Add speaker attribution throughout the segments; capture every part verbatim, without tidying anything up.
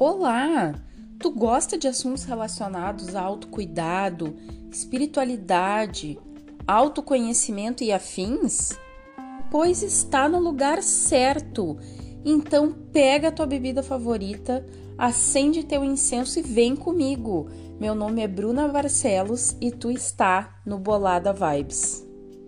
Speaker 1: Olá! Tu gosta de assuntos relacionados a autocuidado, espiritualidade, autoconhecimento e afins? Pois está no lugar certo! Então pega a tua bebida favorita, acende teu incenso e vem comigo! Meu nome é Bruna Barcelos e tu está no Bolada Vibes.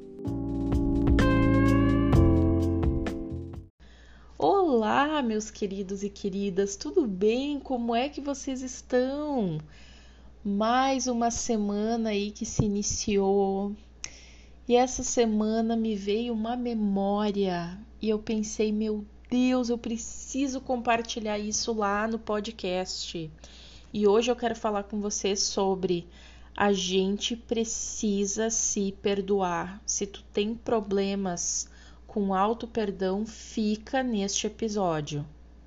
Speaker 2: Olá, meus queridos e queridas, tudo bem? Como é que vocês estão? Mais uma semana aí que se iniciou e essa semana me veio uma memória e eu pensei, meu Deus, eu preciso compartilhar isso lá no podcast. E hoje eu quero falar com vocês sobre a gente precisa se perdoar. Se tu tem problemas com auto-perdão, fica neste episódio.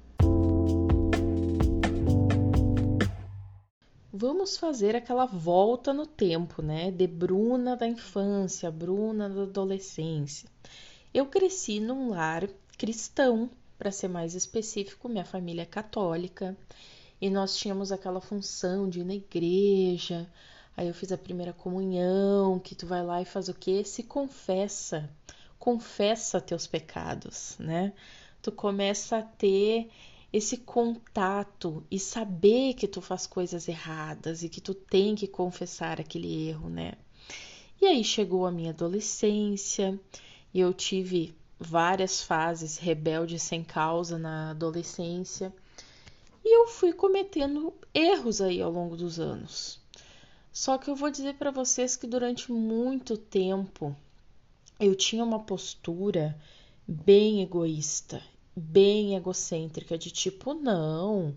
Speaker 2: Vamos fazer aquela volta no tempo, né? De Bruna da infância, Bruna da adolescência. Eu cresci num lar cristão, para ser mais específico, minha família é católica, e nós tínhamos aquela função de ir na igreja. Aí eu fiz a primeira comunhão, que tu vai lá e faz o quê? Se confessa. Confessa teus pecados, né? Tu começa a ter esse contato e saber que tu faz coisas erradas e que tu tem que confessar aquele erro, né? E aí chegou a minha adolescência e eu tive várias fases rebeldes sem causa na adolescência e eu fui cometendo erros aí ao longo dos anos. Só que eu vou dizer para vocês que durante muito tempo eu tinha uma postura bem egoísta, bem egocêntrica, de tipo, não,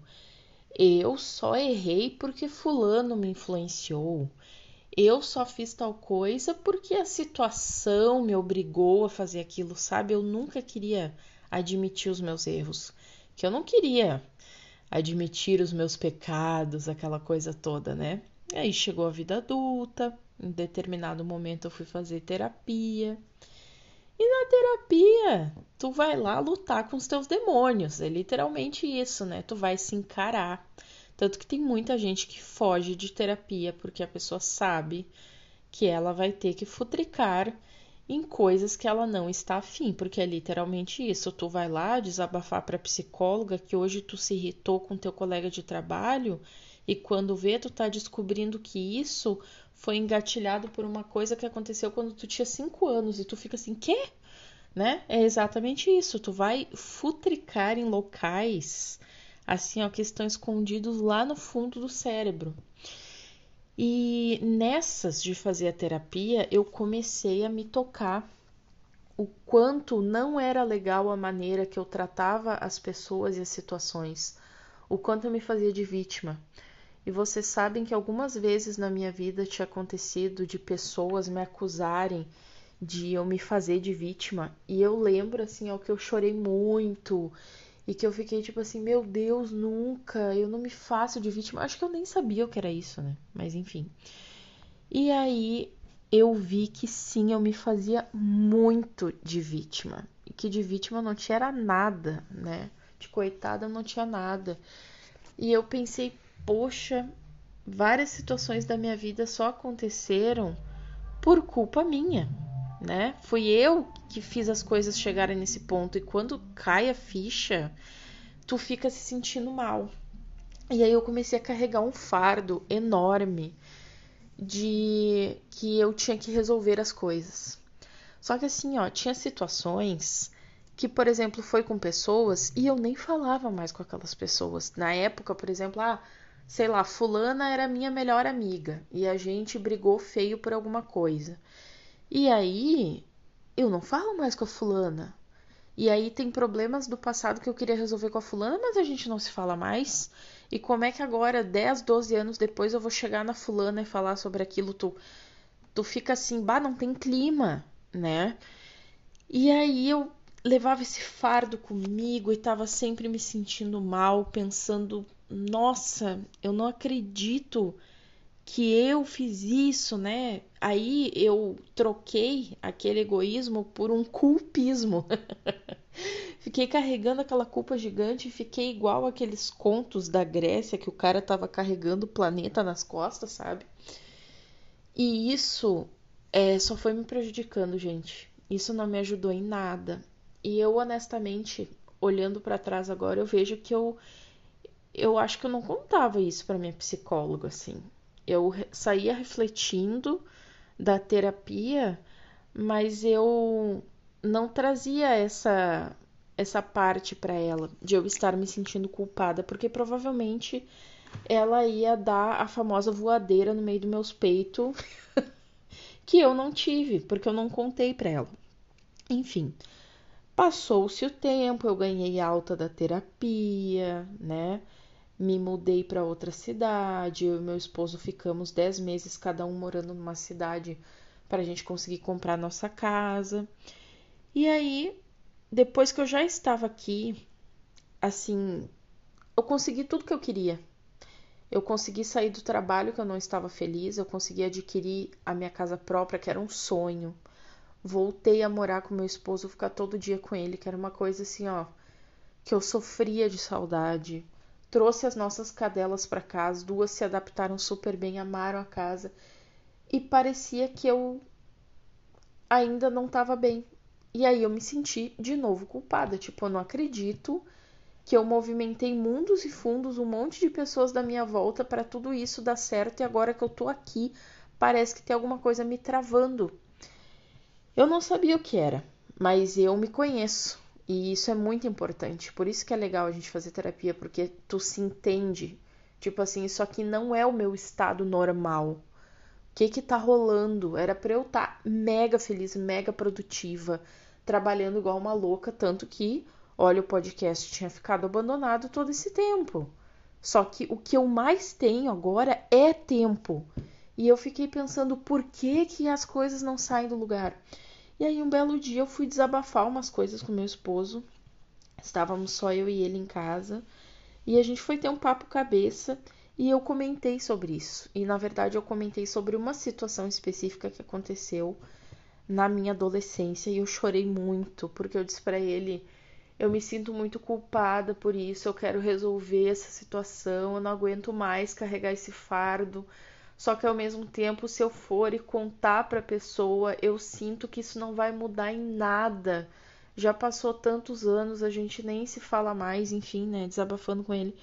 Speaker 2: eu só errei porque fulano me influenciou, eu só fiz tal coisa porque a situação me obrigou a fazer aquilo, sabe? Eu nunca queria admitir os meus erros, que eu não queria admitir os meus pecados, aquela coisa toda, né? E aí chegou a vida adulta, em determinado momento eu fui fazer terapia. E na terapia, tu vai lá lutar com os teus demônios. É literalmente isso, né? Tu vai se encarar. Tanto que tem muita gente que foge de terapia porque a pessoa sabe que ela vai ter que futricar em coisas que ela não está afim, porque é literalmente isso. Tu vai lá desabafar para a psicóloga que hoje tu se irritou com teu colega de trabalho e quando vê, tu tá descobrindo que isso foi engatilhado por uma coisa que aconteceu quando tu tinha cinco anos e tu fica assim, quê? Né? É exatamente isso. Tu vai futricar em locais assim, ó, que estão escondidos lá no fundo do cérebro. E nessas de fazer a terapia, eu comecei a me tocar o quanto não era legal a maneira que eu tratava as pessoas e as situações, o quanto eu me fazia de vítima. E vocês sabem que algumas vezes na minha vida tinha acontecido de pessoas me acusarem de eu me fazer de vítima. E eu lembro, assim, ó, que eu chorei muito e que eu fiquei tipo assim, meu Deus, nunca, eu não me faço de vítima. Acho que eu nem sabia o que era isso, né? Mas enfim. E aí eu vi que sim, eu me fazia muito de vítima. E que de vítima eu não tinha nada, né? De coitada eu não tinha nada. E eu pensei, poxa, várias situações da minha vida só aconteceram por culpa minha, né? Fui eu que fiz as coisas chegarem nesse ponto e quando cai a ficha, tu fica se sentindo mal. E aí eu comecei a carregar um fardo enorme de que eu tinha que resolver as coisas. Só que assim, ó, tinha situações que, por exemplo, foi com pessoas e eu nem falava mais com aquelas pessoas. Na época, por exemplo, ah, sei lá, fulana era minha melhor amiga e a gente brigou feio por alguma coisa. E aí, eu não falo mais com a fulana. E aí tem problemas do passado que eu queria resolver com a fulana, mas a gente não se fala mais. E como é que agora, dez, doze anos depois, eu vou chegar na fulana e falar sobre aquilo? Tu, tu fica assim, bah, não tem clima, né? E aí eu levava esse fardo comigo e tava sempre me sentindo mal, pensando, nossa, eu não acredito que eu fiz isso, né? Aí eu troquei aquele egoísmo por um culpismo. Fiquei carregando aquela culpa gigante e fiquei igual aqueles contos da Grécia que o cara tava carregando o planeta nas costas, sabe? E isso é, só foi me prejudicando, gente. Isso não me ajudou em nada. E eu, honestamente, olhando pra trás agora, eu vejo que eu, eu acho que eu não contava isso pra minha psicóloga, assim. Eu saía refletindo da terapia, mas eu não trazia essa essa parte para ela de eu estar me sentindo culpada, porque provavelmente ela ia dar a famosa voadeira no meio dos meus peitos que eu não tive, porque eu não contei para ela. Enfim, passou-se o tempo, eu ganhei alta da terapia, né? Me mudei para outra cidade, eu e meu esposo ficamos dez meses cada um morando numa cidade para a gente conseguir comprar nossa casa. E aí, depois que eu já estava aqui, assim, eu consegui tudo que eu queria. Eu consegui sair do trabalho que eu não estava feliz, eu consegui adquirir a minha casa própria, que era um sonho. Voltei a morar com meu esposo, ficar todo dia com ele, que era uma coisa assim, ó, que eu sofria de saudade. Trouxe as nossas cadelas para casa, duas se adaptaram super bem, amaram a casa. E parecia que eu ainda não estava bem. E aí eu me senti de novo culpada, tipo, eu não acredito que eu movimentei mundos e fundos, um monte de pessoas da minha volta para tudo isso dar certo e agora que eu tô aqui, parece que tem alguma coisa me travando. Eu não sabia o que era, mas eu me conheço e isso é muito importante. Por isso que é legal a gente fazer terapia, porque tu se entende. Tipo assim, isso aqui não é o meu estado normal. O que que tá rolando? Era pra eu estar mega feliz, mega produtiva, trabalhando igual uma louca, tanto que, olha, o podcast tinha ficado abandonado todo esse tempo. Só que o que eu mais tenho agora é tempo. E eu fiquei pensando por que que as coisas não saem do lugar. E aí um belo dia eu fui desabafar umas coisas com meu esposo. Estávamos só eu e ele em casa. E a gente foi ter um papo cabeça e eu comentei sobre isso. E na verdade eu comentei sobre uma situação específica que aconteceu na minha adolescência e eu chorei muito, porque eu disse para ele, eu me sinto muito culpada por isso, eu quero resolver essa situação, eu não aguento mais carregar esse fardo. Só que ao mesmo tempo, se eu for e contar para a pessoa, eu sinto que isso não vai mudar em nada. Já passou tantos anos, a gente nem se fala mais, enfim, né, desabafando com ele.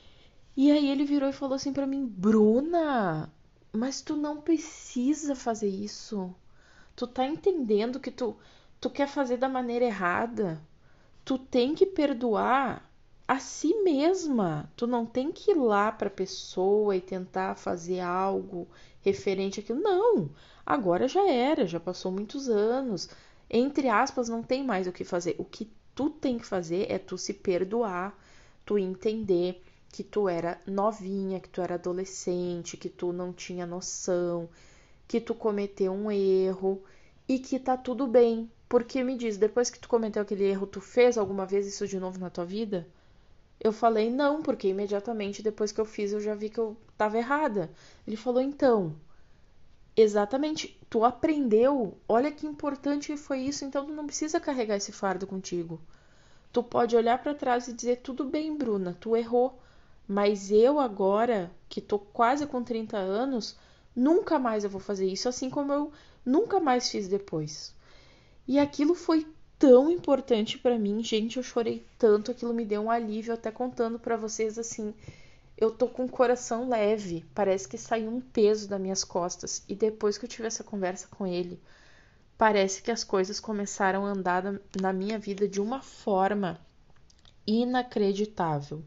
Speaker 2: E aí ele virou e falou assim pra mim, Bruna, mas tu não precisa fazer isso. Tu tá entendendo que tu, tu quer fazer da maneira errada. Tu tem que perdoar a si mesma. Tu não tem que ir lá pra pessoa e tentar fazer algo referente àquilo. Não, agora já era, já passou muitos anos. Entre aspas, não tem mais o que fazer. O que tu tem que fazer é tu se perdoar, tu entender que tu era novinha, que tu era adolescente, que tu não tinha noção, que tu cometeu um erro e que tá tudo bem. Porque me diz, depois que tu cometeu aquele erro, tu fez alguma vez isso de novo na tua vida? Eu falei não, porque imediatamente depois que eu fiz eu já vi que eu tava errada. Ele falou então, exatamente, tu aprendeu, olha que importante foi isso, então tu não precisa carregar esse fardo contigo. Tu pode olhar pra trás e dizer tudo bem, Bruna, tu errou. Mas eu agora, que tô quase com trinta anos, nunca mais eu vou fazer isso, assim como eu nunca mais fiz depois. E aquilo foi tão importante pra mim, gente, eu chorei tanto, aquilo me deu um alívio, até contando pra vocês assim, eu tô com o coração leve, parece que saiu um peso das minhas costas. E depois que eu tive essa conversa com ele, parece que as coisas começaram a andar na minha vida de uma forma inacreditável.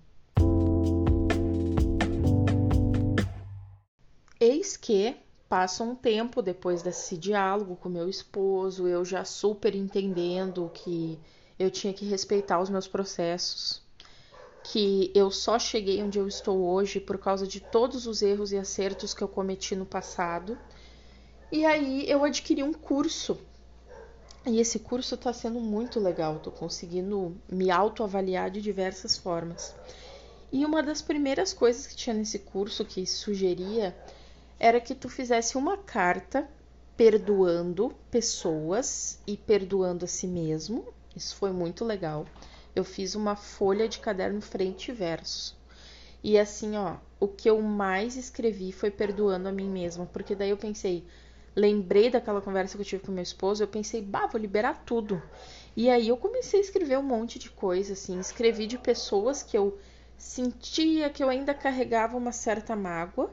Speaker 2: Eis que passa um tempo depois desse diálogo com meu esposo, eu já super entendendo que eu tinha que respeitar os meus processos, que eu só cheguei onde eu estou hoje por causa de todos os erros e acertos que eu cometi no passado. E aí eu adquiri um curso. E esse curso está sendo muito legal, estou conseguindo me autoavaliar de diversas formas. E uma das primeiras coisas que tinha nesse curso que sugeria era que tu fizesse uma carta perdoando pessoas e perdoando a si mesmo. Isso foi muito legal. Eu fiz uma folha de caderno frente e verso. E assim, ó, o que eu mais escrevi foi perdoando a mim mesma, porque daí eu pensei, lembrei daquela conversa que eu tive com meu esposo, eu pensei, bah, vou liberar tudo. E aí eu comecei a escrever um monte de coisa, assim, escrevi de pessoas que eu sentia que eu ainda carregava uma certa mágoa,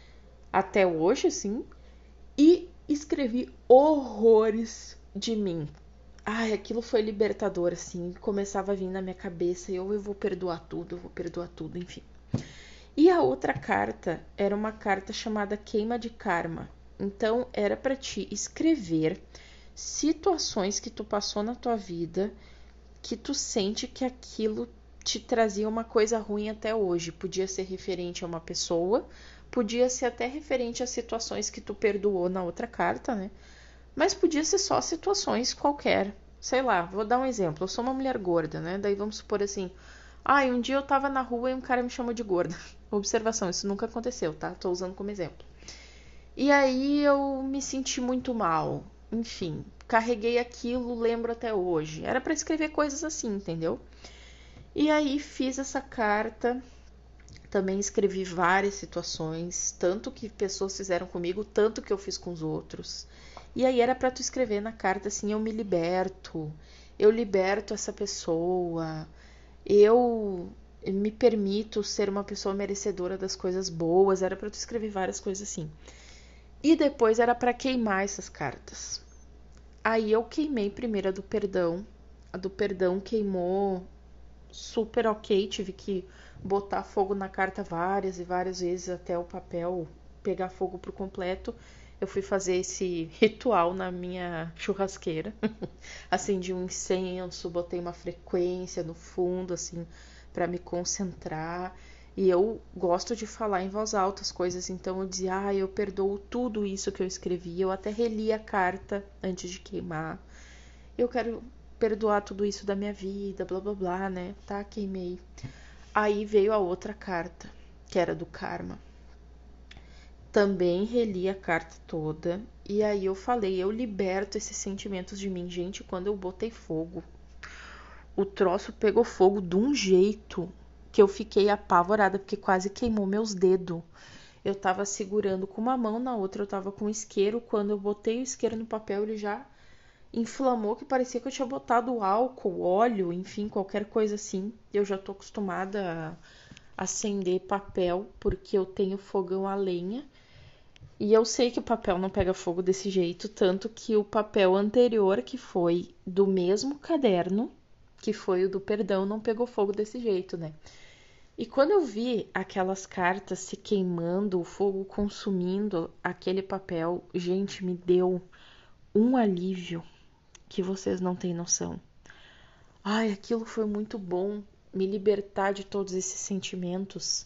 Speaker 2: até hoje, assim, e escrevi horrores de mim. Ai, aquilo foi libertador, assim, começava a vir na minha cabeça, e eu, eu vou perdoar tudo, eu vou perdoar tudo, enfim. E a outra carta era uma carta chamada Queima de Karma. Então, era para ti escrever situações que tu passou na tua vida que tu sente que aquilo te trazia uma coisa ruim até hoje. Podia ser referente a uma pessoa, podia ser até referente a situações que tu perdoou na outra carta, né? Mas podia ser só situações qualquer. Sei lá, vou dar um exemplo. Eu sou uma mulher gorda, né? Daí vamos supor assim, ah, um dia eu tava na rua e um cara me chamou de gorda. Observação, isso nunca aconteceu, tá? Tô usando como exemplo. E aí eu me senti muito mal. Enfim, carreguei aquilo, lembro até hoje. Era para escrever coisas assim, entendeu? E aí fiz essa carta. Também escrevi várias situações, tanto que pessoas fizeram comigo, tanto que eu fiz com os outros. E aí era para tu escrever na carta assim, eu me liberto. Eu liberto essa pessoa. Eu me permito ser uma pessoa merecedora das coisas boas. Era para tu escrever várias coisas assim. E depois era para queimar essas cartas. Aí eu queimei primeiro a do perdão. A do perdão queimou super ok. Tive que botar fogo na carta várias e várias vezes até o papel pegar fogo por completo. Eu fui fazer esse ritual na minha churrasqueira. Acendi um incenso, botei uma frequência no fundo, assim, para me concentrar. E eu gosto de falar em voz alta as coisas, então eu dizia, ah, eu perdoo tudo isso que eu escrevi. Eu até reli a carta antes de queimar. Eu quero perdoar tudo isso da minha vida, blá blá blá, né? Tá, queimei. Aí veio a outra carta, que era do karma. Também reli a carta toda. E aí eu falei, eu liberto esses sentimentos de mim. Gente, quando eu botei fogo, o troço pegou fogo de um jeito que eu fiquei apavorada, porque quase queimou meus dedos. Eu tava segurando com uma mão, na outra eu tava com o isqueiro. Quando eu botei o isqueiro no papel, ele já inflamou, que parecia que eu tinha botado álcool, óleo, enfim, qualquer coisa assim. Eu já tô acostumada a acender papel, porque eu tenho fogão a lenha. E eu sei que o papel não pega fogo desse jeito, tanto que o papel anterior, que foi do mesmo caderno, que foi o do perdão, não pegou fogo desse jeito, né? E quando eu vi aquelas cartas se queimando, o fogo consumindo aquele papel, gente, me deu um alívio que vocês não têm noção. Ai, aquilo foi muito bom, me libertar de todos esses sentimentos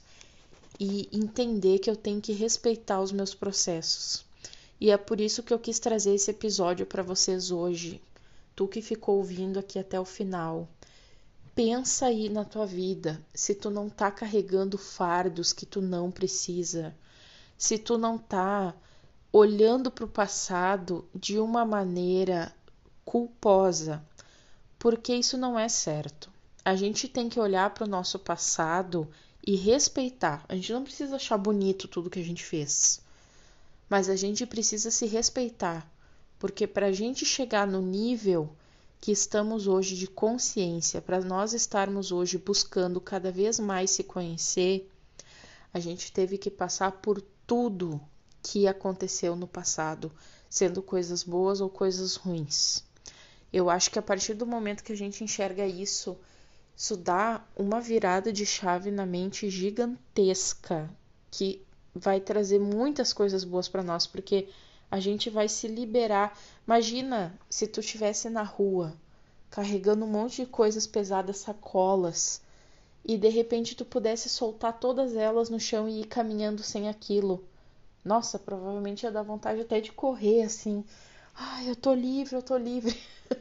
Speaker 2: e entender que eu tenho que respeitar os meus processos. E é por isso que eu quis trazer esse episódio para vocês hoje. Tu que ficou ouvindo aqui até o final, pensa aí na tua vida, se tu não tá carregando fardos que tu não precisa, se tu não tá olhando para o passado de uma maneira culposa, porque isso não é certo. A gente tem que olhar para o nosso passado e respeitar. A gente não precisa achar bonito tudo que a gente fez, mas a gente precisa se respeitar, porque para a gente chegar no nível que estamos hoje de consciência, para nós estarmos hoje buscando cada vez mais se conhecer, a gente teve que passar por tudo que aconteceu no passado, sendo coisas boas ou coisas ruins. Eu acho que a partir do momento que a gente enxerga isso, isso dá uma virada de chave na mente gigantesca, que vai trazer muitas coisas boas para nós, porque a gente vai se liberar. Imagina se tu estivesse na rua, carregando um monte de coisas pesadas, sacolas, e de repente tu pudesse soltar todas elas no chão e ir caminhando sem aquilo. Nossa, provavelmente ia dar vontade até de correr, assim. Ai, eu tô livre, eu tô livre.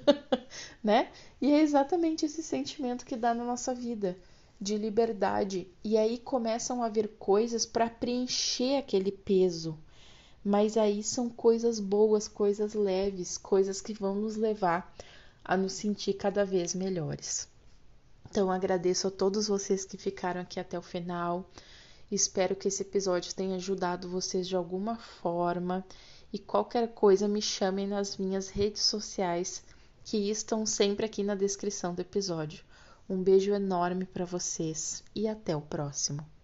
Speaker 2: Né? E é exatamente esse sentimento que dá na nossa vida, de liberdade. E aí começam a vir coisas para preencher aquele peso. Mas aí são coisas boas, coisas leves, coisas que vão nos levar a nos sentir cada vez melhores. Então, agradeço a todos vocês que ficaram aqui até o final. Espero que esse episódio tenha ajudado vocês de alguma forma. E qualquer coisa, me chamem nas minhas redes sociais, que estão sempre aqui na descrição do episódio. Um beijo enorme para vocês e até o próximo.